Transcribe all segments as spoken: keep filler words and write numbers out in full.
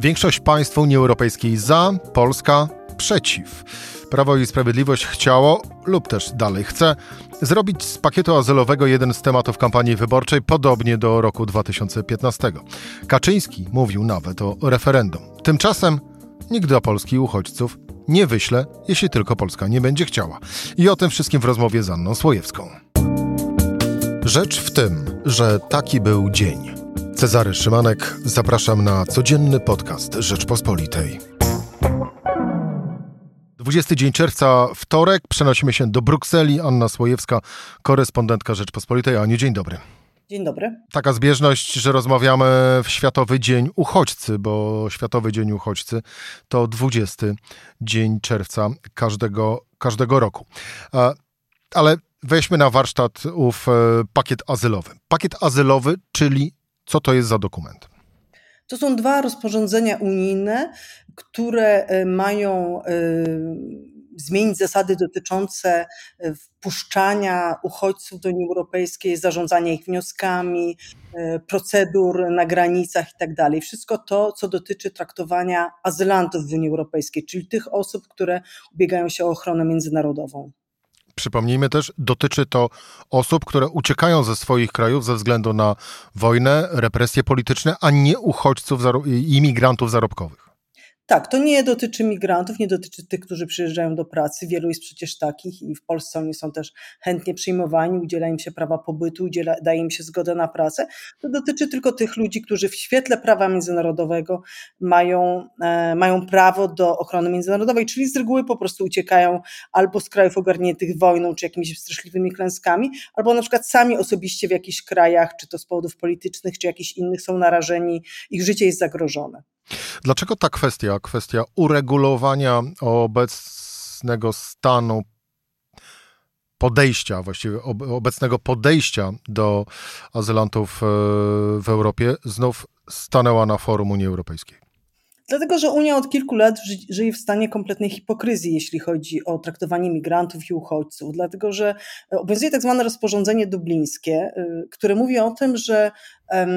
Większość państw Unii Europejskiej za, Polska przeciw. Prawo i Sprawiedliwość chciało, lub też dalej chce, zrobić z pakietu azylowego jeden z tematów kampanii wyborczej, podobnie do roku dwa tysiące piętnastego. Kaczyński mówił nawet o referendum. Tymczasem nikt do Polski uchodźców nie wyśle, jeśli tylko Polska nie będzie chciała. I o tym wszystkim w rozmowie z Anną Słojewską. Rzecz w tym, że taki był dzień. Cezary Szymanek, zapraszam na codzienny podcast Rzeczpospolitej. dwudziesty dzień czerwca, wtorek, przenosimy się do Brukseli. Anna Słojewska, korespondentka Rzeczpospolitej. Aniu, dzień dobry. Dzień dobry. Taka zbieżność, że rozmawiamy w Światowy Dzień Uchodźcy, bo Światowy Dzień Uchodźcy to dwudziesty dzień czerwca każdego, każdego roku. Ale weźmy na warsztat ów pakiet azylowy. Pakiet azylowy, czyli co to jest za dokument? To są dwa rozporządzenia unijne, które mają zmienić zasady dotyczące wpuszczania uchodźców do Unii Europejskiej, zarządzania ich wnioskami, procedur na granicach i tak dalej. Wszystko to, co dotyczy traktowania azylantów w Unii Europejskiej, czyli tych osób, które ubiegają się o ochronę międzynarodową. Przypomnijmy też, dotyczy to osób, które uciekają ze swoich krajów ze względu na wojnę, represje polityczne, a nie uchodźców i imigrantów zarobkowych. Tak, to nie dotyczy migrantów, nie dotyczy tych, którzy przyjeżdżają do pracy. Wielu jest przecież takich i w Polsce oni są też chętnie przyjmowani, udziela im się prawa pobytu, udziela, daje im się zgodę na pracę. To dotyczy tylko tych ludzi, którzy w świetle prawa międzynarodowego mają, e, mają prawo do ochrony międzynarodowej, czyli z reguły po prostu uciekają albo z krajów ogarniętych wojną, czy jakimiś straszliwymi klęskami, albo na przykład sami osobiście w jakichś krajach, czy to z powodów politycznych, czy jakichś innych są narażeni, ich życie jest zagrożone. Dlaczego ta kwestia, kwestia uregulowania obecnego stanu podejścia, właściwie obecnego podejścia do azylantów w Europie znów stanęła na forum Unii Europejskiej? Dlatego, że Unia od kilku lat żyje w stanie kompletnej hipokryzji, jeśli chodzi o traktowanie migrantów i uchodźców. Dlatego, że obowiązuje tak zwane rozporządzenie dublińskie, które mówi o tym, że um,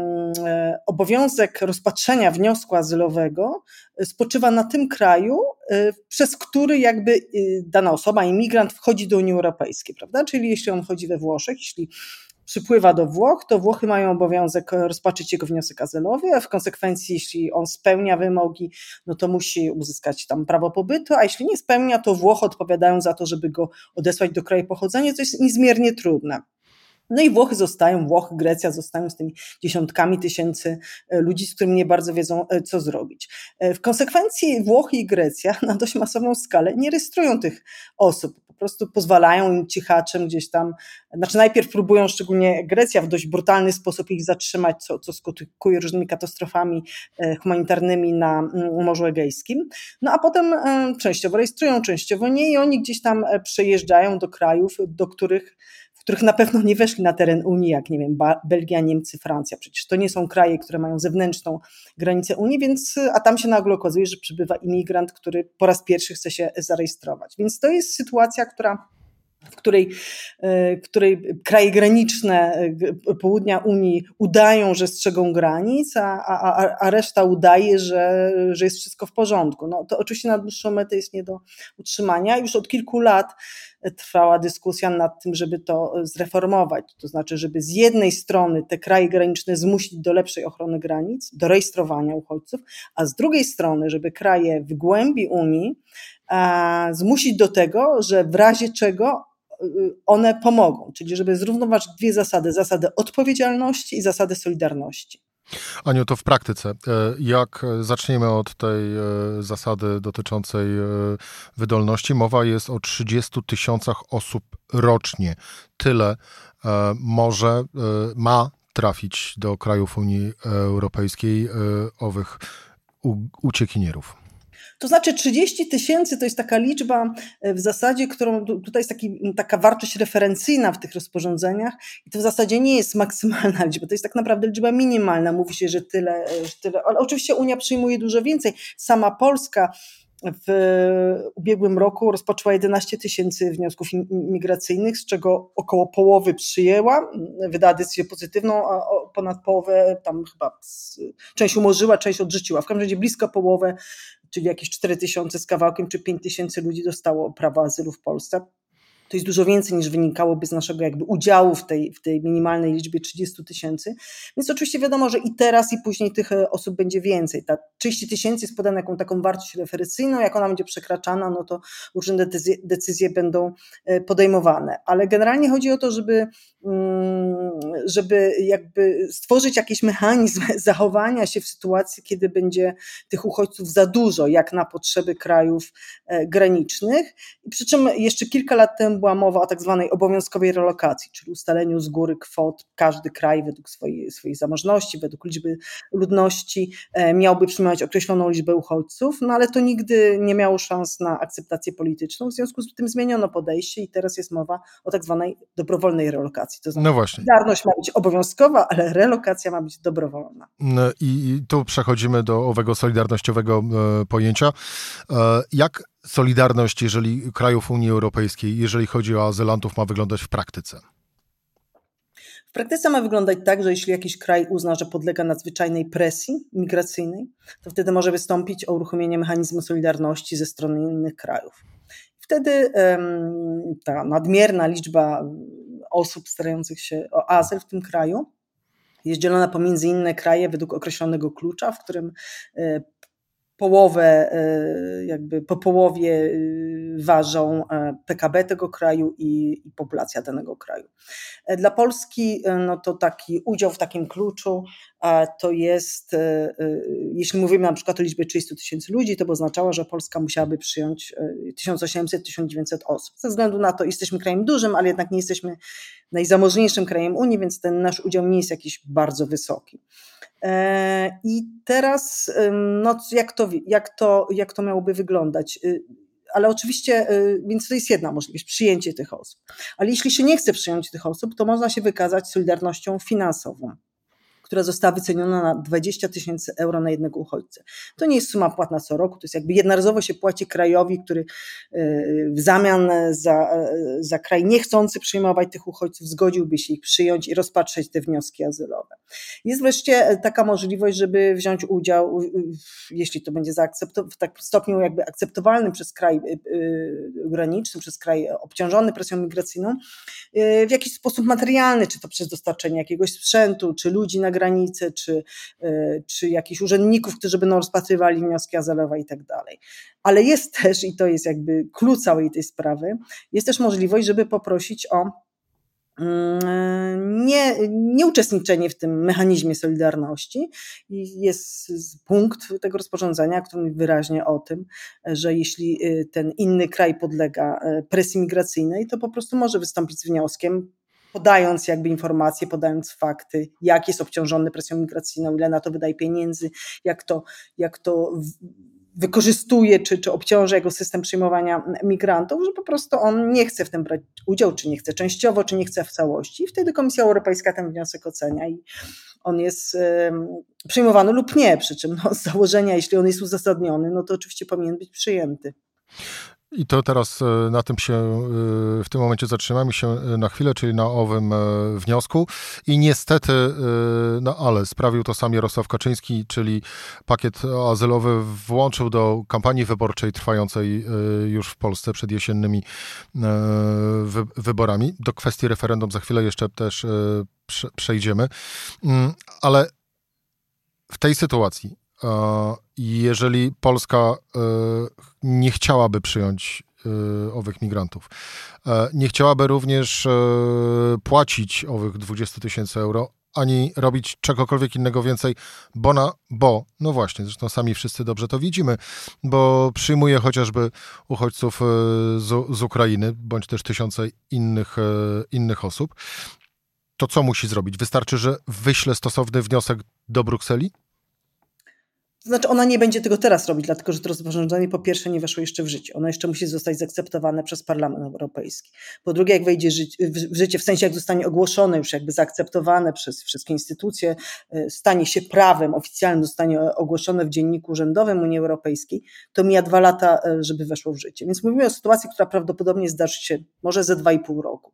obowiązek rozpatrzenia wniosku azylowego spoczywa na tym kraju, przez który jakby dana osoba, imigrant wchodzi do Unii Europejskiej, prawda? Czyli jeśli on wchodzi we Włoszech, jeśli przypływa do Włoch, to Włochy mają obowiązek rozpatrzyć jego wniosek azylowy, a w konsekwencji, jeśli on spełnia wymogi, no to musi uzyskać tam prawo pobytu, a jeśli nie spełnia, to Włochy odpowiadają za to, żeby go odesłać do kraju pochodzenia, co jest niezmiernie trudne. No i Włochy zostają, Włochy, Grecja zostają z tymi dziesiątkami tysięcy ludzi, z którymi nie bardzo wiedzą, co zrobić. W konsekwencji Włochy i Grecja na dość masową skalę nie rejestrują tych osób. Po prostu pozwalają im cichaczem gdzieś tam, znaczy najpierw próbują, szczególnie Grecja, w dość brutalny sposób ich zatrzymać, co, co skutkuje różnymi katastrofami humanitarnymi na Morzu Egejskim. No a potem częściowo rejestrują, częściowo nie i oni gdzieś tam przejeżdżają do krajów, do których których na pewno nie weszli na teren Unii, jak nie wiem, Belgia, Niemcy, Francja. Przecież to nie są kraje, które mają zewnętrzną granicę Unii, więc, a tam się nagle okazuje, że przybywa imigrant, który po raz pierwszy chce się zarejestrować. Więc to jest sytuacja, która w której, w której kraje graniczne południa Unii udają, że strzegą granic, a, a, a reszta udaje, że, że jest wszystko w porządku. No, to oczywiście na dłuższą metę jest nie do utrzymania. Już od kilku lat trwała dyskusja nad tym, żeby to zreformować. To znaczy, żeby z jednej strony te kraje graniczne zmusić do lepszej ochrony granic, do rejestrowania uchodźców, a z drugiej strony, żeby kraje w głębi Unii a, zmusić do tego, że w razie czego one pomogą, czyli żeby zrównoważyć dwie zasady, zasadę odpowiedzialności i zasadę solidarności. Aniu, to w praktyce, jak zaczniemy od tej zasady dotyczącej wydolności, mowa jest o trzydziestu tysiącach osób rocznie. Tyle może, ma trafić do krajów Unii Europejskiej owych uciekinierów. To znaczy trzydzieści tysięcy to jest taka liczba w zasadzie, którą tutaj jest taki, taka wartość referencyjna w tych rozporządzeniach i to w zasadzie nie jest maksymalna liczba, to jest tak naprawdę liczba minimalna. Mówi się, że tyle, że tyle, ale oczywiście Unia przyjmuje dużo więcej. Sama Polska w ubiegłym roku rozpoczęła jedenaście tysięcy wniosków migracyjnych, z czego około połowy przyjęła, wydała decyzję pozytywną, a ponad połowę tam chyba część umorzyła, część odrzuciła. W każdym razie blisko połowę, czyli jakieś cztery tysiące z kawałkiem czy pięć tysięcy ludzi dostało prawo azylu w Polsce. To jest dużo więcej niż wynikałoby z naszego jakby udziału w tej, w tej minimalnej liczbie trzydzieści tysięcy. Więc oczywiście wiadomo, że i teraz i później tych osób będzie więcej. Ta trzydzieści tysięcy jest podana jaką taką wartość referencyjną, jak ona będzie przekraczana, no to różne decyzje, decyzje będą podejmowane. Ale generalnie chodzi o to, żeby, żeby jakby stworzyć jakiś mechanizm zachowania się w sytuacji, kiedy będzie tych uchodźców za dużo, jak na potrzeby krajów granicznych. I przy czym jeszcze kilka lat temu była mowa o tak zwanej obowiązkowej relokacji, czyli ustaleniu z góry kwot. Każdy kraj według swojej, swojej zamożności, według liczby ludności miałby przyjmować określoną liczbę uchodźców, no ale to nigdy nie miało szans na akceptację polityczną, w związku z tym zmieniono podejście i teraz jest mowa o tak zwanej dobrowolnej relokacji. To znaczy, no właśnie. solidarność ma być obowiązkowa, ale relokacja ma być dobrowolna. No i, i tu przechodzimy do owego solidarnościowego e, pojęcia. E, jak solidarność, jeżeli krajów Unii Europejskiej, jeżeli chodzi o azylantów, ma wyglądać w praktyce? W praktyce ma wyglądać tak, że jeśli jakiś kraj uzna, że podlega nadzwyczajnej presji migracyjnej, to wtedy może wystąpić o uruchomienie mechanizmu solidarności ze strony innych krajów. Wtedy um, ta nadmierna liczba osób starających się o azyl w tym kraju jest dzielona pomiędzy inne kraje według określonego klucza, w którym e, połowę, jakby po połowie ważą P K B tego kraju i, i populacja danego kraju. Dla Polski no to taki udział w takim kluczu to jest, jeśli mówimy na przykład o liczbie trzydziestu tysięcy ludzi, to by oznaczało, że Polska musiałaby przyjąć tysiąc osiemset do tysiąc dziewięćset osób. Ze względu na to jesteśmy krajem dużym, ale jednak nie jesteśmy najzamożniejszym krajem Unii, więc ten nasz udział nie jest jakiś bardzo wysoki. I teraz no, jak, to, jak, to, jak to miałoby wyglądać? Ale oczywiście, więc to jest jedna możliwość, przyjęcie tych osób. Ale jeśli się nie chce przyjąć tych osób, to można się wykazać solidarnością finansową, która została wyceniona na dwadzieścia tysięcy euro na jednego uchodźcę. To nie jest suma płatna co roku, to jest jakby jednorazowo się płaci krajowi, który w zamian za, za kraj niechcący przyjmować tych uchodźców zgodziłby się ich przyjąć i rozpatrzeć te wnioski azylowe. Jest wreszcie taka możliwość, żeby wziąć udział, jeśli to będzie zaakceptowane, w takim stopniu jakby akceptowalnym przez kraj graniczny, przez kraj obciążony presją migracyjną, w jakiś sposób materialny, czy to przez dostarczenie jakiegoś sprzętu, czy ludzi na granicę, czy, czy jakichś urzędników, którzy będą rozpatrywali wnioski azylowe i tak dalej. Ale jest też, i to jest jakby klucz całej tej sprawy, jest też możliwość, żeby poprosić o Nie, nieuczestniczenie w tym mechanizmie solidarności. I jest punkt tego rozporządzenia, który mówi wyraźnie o tym, że jeśli ten inny kraj podlega presji migracyjnej, to po prostu może wystąpić z wnioskiem, podając jakby informacje, podając fakty, jak jest obciążony presją migracyjną, ile na to wydaje pieniędzy, jak to, jak to wykorzystuje, czy, czy obciąża jego system przyjmowania migrantów, że po prostu on nie chce w tym brać udział, czy nie chce częściowo, czy nie chce w całości. I wtedy Komisja Europejska ten wniosek ocenia i on jest um, przyjmowany lub nie, przy czym no, z założenia, jeśli on jest uzasadniony, no to oczywiście powinien być przyjęty. I to teraz na tym się, w tym momencie zatrzymamy się na chwilę, czyli na owym wniosku. I niestety, no ale sprawił to sam Jarosław Kaczyński, czyli pakiet azylowy włączył do kampanii wyborczej trwającej już w Polsce przed jesiennymi wyborami. Do kwestii referendum za chwilę jeszcze też przejdziemy. Ale w tej sytuacji, jeżeli Polska nie chciałaby przyjąć owych migrantów, nie chciałaby również płacić owych dwadzieścia tysięcy euro, ani robić czegokolwiek innego więcej, bo, na, bo, no właśnie, zresztą sami wszyscy dobrze to widzimy, bo przyjmuje chociażby uchodźców z, z Ukrainy, bądź też tysiące innych, innych osób, to co musi zrobić? Wystarczy, że wyśle stosowny wniosek do Brukseli? To znaczy ona nie będzie tego teraz robić, dlatego że to rozporządzenie po pierwsze nie weszło jeszcze w życie. Ono jeszcze musi zostać zaakceptowane przez Parlament Europejski. Po drugie, jak wejdzie w życie, w sensie jak zostanie ogłoszone, już jakby zaakceptowane przez wszystkie instytucje, stanie się prawem oficjalnym, zostanie ogłoszone w Dzienniku Urzędowym Unii Europejskiej, to mija dwa lata, żeby weszło w życie. Więc mówimy o sytuacji, która prawdopodobnie zdarzy się może ze dwa i pół roku.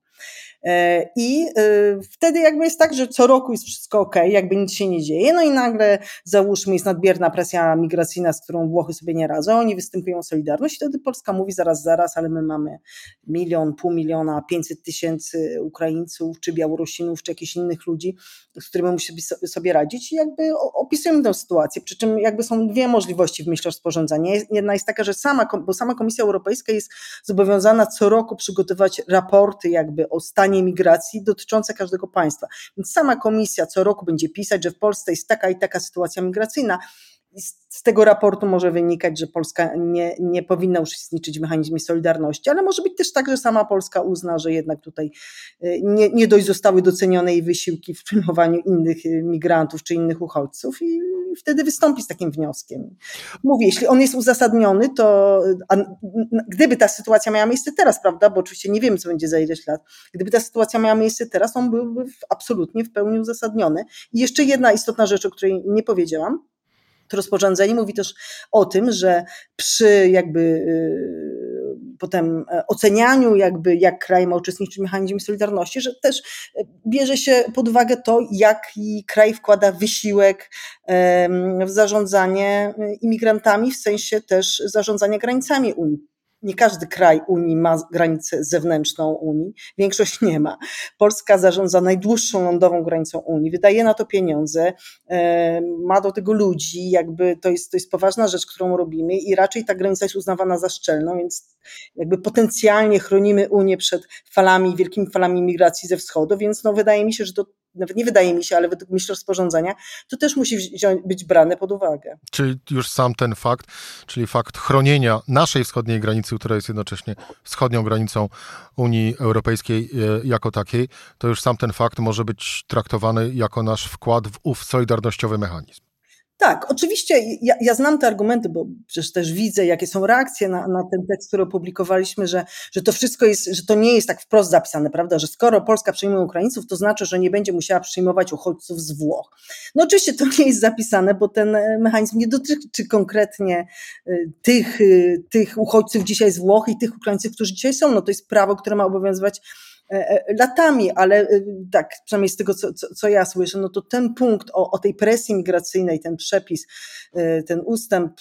I wtedy jakby jest tak, że co roku jest wszystko okej, jakby nic się nie dzieje, no i nagle załóżmy jest nadmierna presja migracyjna, z którą Włochy sobie nie radzą, oni występują o solidarność i wtedy Polska mówi zaraz, zaraz, ale my mamy milion, pół miliona, pięćset tysięcy Ukraińców, czy Białorusinów, czy jakichś innych ludzi, z którymi musimy sobie radzić i jakby opisujemy tę sytuację, przy czym jakby są dwie możliwości w myśl rozporządzenia. Jedna jest taka, że sama, bo sama Komisja Europejska jest zobowiązana co roku przygotować raporty jakby o stanie migracji dotyczące każdego państwa. Więc sama komisja co roku będzie pisać, że w Polsce jest taka i taka sytuacja migracyjna. I z tego raportu może wynikać, że Polska nie, nie powinna uczestniczyć w mechanizmie solidarności, ale może być też tak, że sama Polska uzna, że jednak tutaj nie, nie dość zostały docenione jej wysiłki w przyjmowaniu innych migrantów czy innych uchodźców i wtedy wystąpi z takim wnioskiem. Mówię, jeśli on jest uzasadniony, to a gdyby ta sytuacja miała miejsce teraz, prawda, bo oczywiście nie wiemy, co będzie za ileś lat, gdyby ta sytuacja miała miejsce teraz, on byłby absolutnie w pełni uzasadniony. I jeszcze jedna istotna rzecz, o której nie powiedziałam, to rozporządzenie mówi też o tym, że przy jakby yy, potem ocenianiu jakby jak kraj ma uczestniczyć w mechanizmie solidarności, że też bierze się pod uwagę to, jaki kraj wkłada wysiłek yy, w zarządzanie imigrantami, w sensie też zarządzania granicami Unii. Nie każdy kraj Unii ma granicę zewnętrzną Unii, większość nie ma. Polska zarządza najdłuższą lądową granicą Unii, wydaje na to pieniądze, ma do tego ludzi, jakby to jest, to jest poważna rzecz, którą robimy i raczej ta granica jest uznawana za szczelną, więc jakby potencjalnie chronimy Unię przed falami, wielkimi falami migracji ze wschodu, więc no wydaje mi się, że to nawet nie wydaje mi się, ale według myśl rozporządzenia, to też musi wziąć, być brane pod uwagę. Czyli już sam ten fakt, czyli fakt chronienia naszej wschodniej granicy, która jest jednocześnie wschodnią granicą Unii Europejskiej jako takiej, to już sam ten fakt może być traktowany jako nasz wkład w ów solidarnościowy mechanizm. Tak, oczywiście ja, ja znam te argumenty, bo przecież też widzę, jakie są reakcje na, na ten tekst, który opublikowaliśmy, że, że to wszystko jest, że to nie jest tak wprost zapisane, prawda, że skoro Polska przyjmuje Ukraińców, to znaczy, że nie będzie musiała przyjmować uchodźców z Włoch. No oczywiście to nie jest zapisane, bo ten mechanizm nie dotyczy konkretnie tych, tych uchodźców dzisiaj z Włoch i tych Ukraińców, którzy dzisiaj są. No to jest prawo, które ma obowiązywać latami, ale tak, przynajmniej z tego, co, co, co ja słyszę, no to ten punkt o, o tej presji migracyjnej, ten przepis, ten ustęp,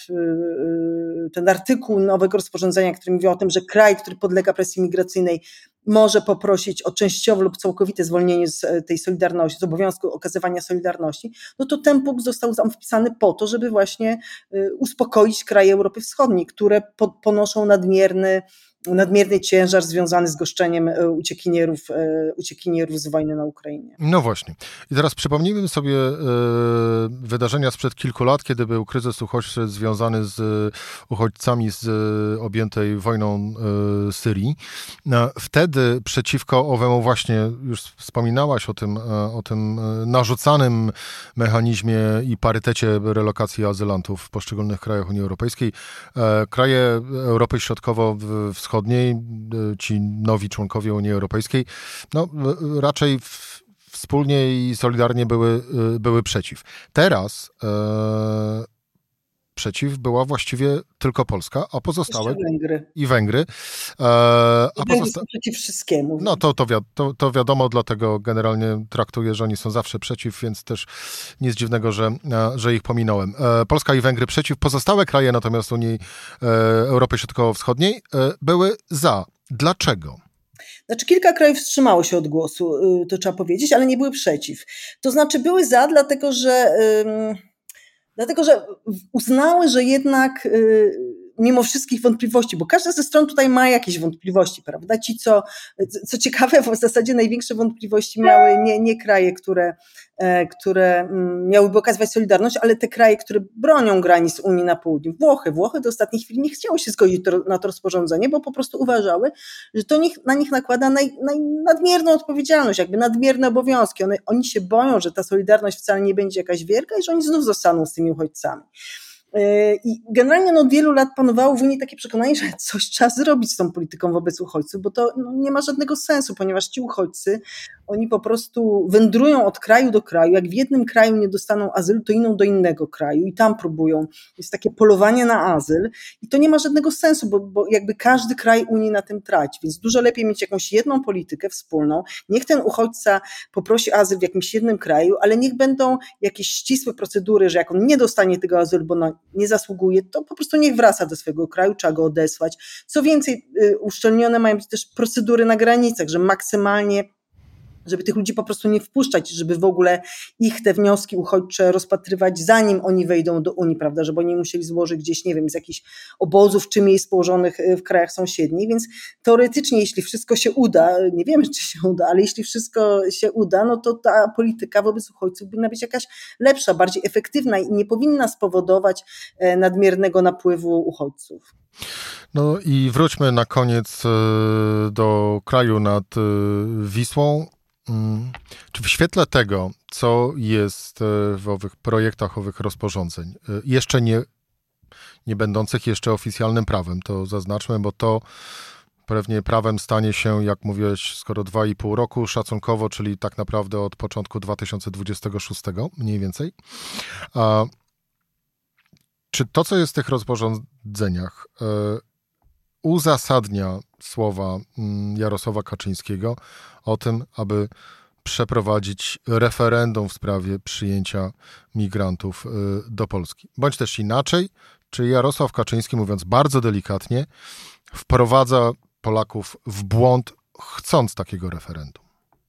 ten artykuł nowego rozporządzenia, który mówi o tym, że kraj, który podlega presji migracyjnej, może poprosić o częściowe lub całkowite zwolnienie z tej solidarności, z obowiązku okazywania solidarności, no to ten punkt został tam wpisany po to, żeby właśnie uspokoić kraje Europy Wschodniej, które ponoszą nadmierny nadmierny ciężar związany z goszczeniem uciekinierów, uciekinierów z wojny na Ukrainie. No właśnie. I teraz przypomnijmy sobie e, wydarzenia sprzed kilku lat, kiedy był kryzys uchodźczy związany z uchodźcami z objętej wojną e, Syrii. E, wtedy przeciwko owemu właśnie, już wspominałaś o tym, e, o tym narzucanym mechanizmie i parytecie relokacji azylantów w poszczególnych krajach Unii Europejskiej, e, kraje Europy Środkowo-Wschodniej, ci nowi członkowie Unii Europejskiej, no raczej w, wspólnie i solidarnie były, były przeciw. Teraz e, przeciw była właściwie tylko Polska, a pozostałe... Jeszcze Węgry. I Węgry. E, a Węgry pozosta... są przeciw wszystkiemu. No to, to, wi- to, to wiadomo, dlatego generalnie traktuję, że oni są zawsze przeciw, więc też nic dziwnego, że, że ich pominąłem. E, Polska i Węgry przeciw, pozostałe kraje natomiast Unii e, Europy Środkowo-Wschodniej e, były za. Dlaczego? Znaczy kilka krajów wstrzymało się od głosu, to trzeba powiedzieć, ale nie były przeciw. To znaczy były za, dlatego że... Ym... Dlatego, że uznały, że jednak mimo wszystkich wątpliwości, bo każda ze stron tutaj ma jakieś wątpliwości, prawda? Ci, co, co ciekawe, w zasadzie największe wątpliwości miały nie, nie kraje, które, które miałyby okazywać solidarność, ale te kraje, które bronią granic Unii na południu. Włochy. Włochy do ostatniej chwili nie chciało się zgodzić to, na to rozporządzenie, bo po prostu uważały, że to nich, na nich nakłada naj, naj, nadmierną odpowiedzialność, jakby nadmierne obowiązki. One, oni się boją, że ta solidarność wcale nie będzie jakaś wielka i że oni znów zostaną z tymi uchodźcami. I generalnie no, od wielu lat panowało w Unii takie przekonanie, że coś trzeba zrobić z tą polityką wobec uchodźców, bo to no, nie ma żadnego sensu, ponieważ ci uchodźcy, oni po prostu wędrują od kraju do kraju, jak w jednym kraju nie dostaną azylu, to idą do innego kraju i tam próbują. Jest takie polowanie na azyl i to nie ma żadnego sensu, bo, bo jakby każdy kraj Unii na tym traci, więc dużo lepiej mieć jakąś jedną politykę wspólną, niech ten uchodźca poprosi azyl w jakimś jednym kraju, ale niech będą jakieś ścisłe procedury, że jak on nie dostanie tego azylu, bo no, nie zasługuje, to po prostu niech wraca do swojego kraju, trzeba go odesłać. Co więcej, y, uszczelnione mają być też procedury na granicach, że maksymalnie, żeby tych ludzi po prostu nie wpuszczać, żeby w ogóle ich te wnioski uchodźcze rozpatrywać, zanim oni wejdą do Unii, prawda, żeby oni musieli złożyć gdzieś, nie wiem, z jakichś obozów czy miejsc położonych w krajach sąsiednich, więc teoretycznie, jeśli wszystko się uda, nie wiemy, czy się uda, ale jeśli wszystko się uda, no to ta polityka wobec uchodźców powinna być jakaś lepsza, bardziej efektywna i nie powinna spowodować nadmiernego napływu uchodźców. No i wróćmy na koniec do kraju nad Wisłą. Czy w świetle tego, co jest w owych projektach, owych rozporządzeń, jeszcze nie, nie będących jeszcze oficjalnym prawem, to zaznaczmy, bo to pewnie prawem stanie się, jak mówiłeś, skoro dwa i pół roku szacunkowo, czyli tak naprawdę od początku dwa tysiące dwudziestego szóstego mniej więcej. A czy to, co jest w tych rozporządzeniach, uzasadnia słowa Jarosława Kaczyńskiego o tym, aby przeprowadzić referendum w sprawie przyjęcia migrantów do Polski? Bądź też inaczej, czy Jarosław Kaczyński, mówiąc bardzo delikatnie, wprowadza Polaków w błąd, chcąc takiego referendum?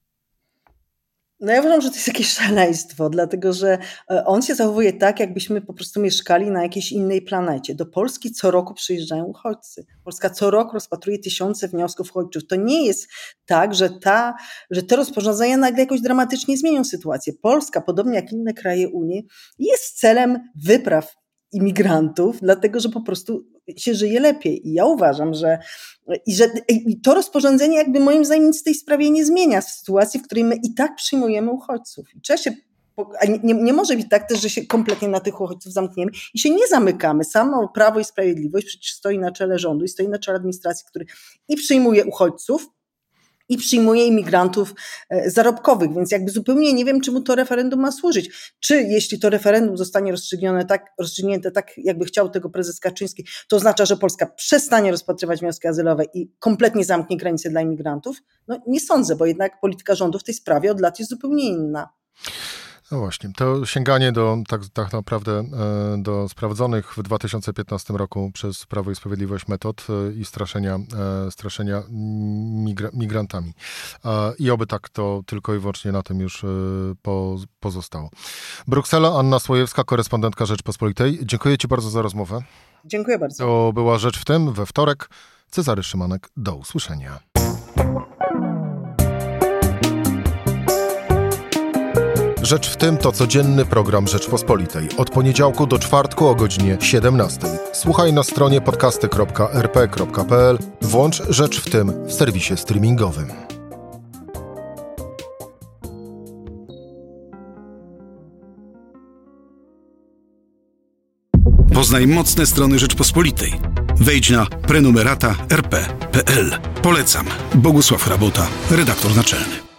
No ja uważam, że to jest jakieś szaleństwo, dlatego że on się zachowuje tak, jakbyśmy po prostu mieszkali na jakiejś innej planecie. Do Polski co roku przyjeżdżają uchodźcy. Polska co roku rozpatruje tysiące wniosków uchodźczych. To nie jest tak, że, ta, że te rozporządzenia nagle jakoś dramatycznie zmienią sytuację. Polska, podobnie jak inne kraje Unii, jest celem wypraw imigrantów, dlatego że po prostu się żyje lepiej. I ja uważam, że, i że i to rozporządzenie jakby moim zdaniem nic w tej sprawie nie zmienia w sytuacji, w której my i tak przyjmujemy uchodźców. I trzeba się, a nie, nie może być tak też, że się kompletnie na tych uchodźców zamkniemy i się nie zamykamy. Samo Prawo i Sprawiedliwość przecież stoi na czele rządu i stoi na czele administracji, który i przyjmuje uchodźców, i przyjmuje imigrantów zarobkowych, więc jakby zupełnie nie wiem, czemu to referendum ma służyć. Czy jeśli to referendum zostanie rozstrzygnięte tak, rozstrzygnięte tak, jakby chciał tego prezes Kaczyński, to oznacza, że Polska przestanie rozpatrywać wnioski azylowe i kompletnie zamknie granice dla imigrantów? No nie sądzę, bo jednak polityka rządu w tej sprawie od lat jest zupełnie inna. No właśnie, to sięganie do tak, tak naprawdę do sprawdzonych w dwa tysiące piętnastym roku przez Prawo i Sprawiedliwość metod i straszenia, straszenia migra, migrantami. I oby tak to tylko i wyłącznie na tym już pozostało. Bruksela, Anna Słojewska, korespondentka Rzeczpospolitej. Dziękuję Ci bardzo za rozmowę. Dziękuję bardzo. To była Rzecz w tym we wtorek. Cezary Szymanek, do usłyszenia. Rzecz w tym to codzienny program Rzeczpospolitej. Od poniedziałku do czwartku o godzinie siedemnastej. Słuchaj na stronie podcasty kropka er pe kropka pe el. Włącz Rzecz w tym w serwisie streamingowym. Poznaj mocne strony Rzeczpospolitej. Wejdź na prenumerata kropka er pe kropka pe el. Polecam. Bogusław Rabota, redaktor naczelny.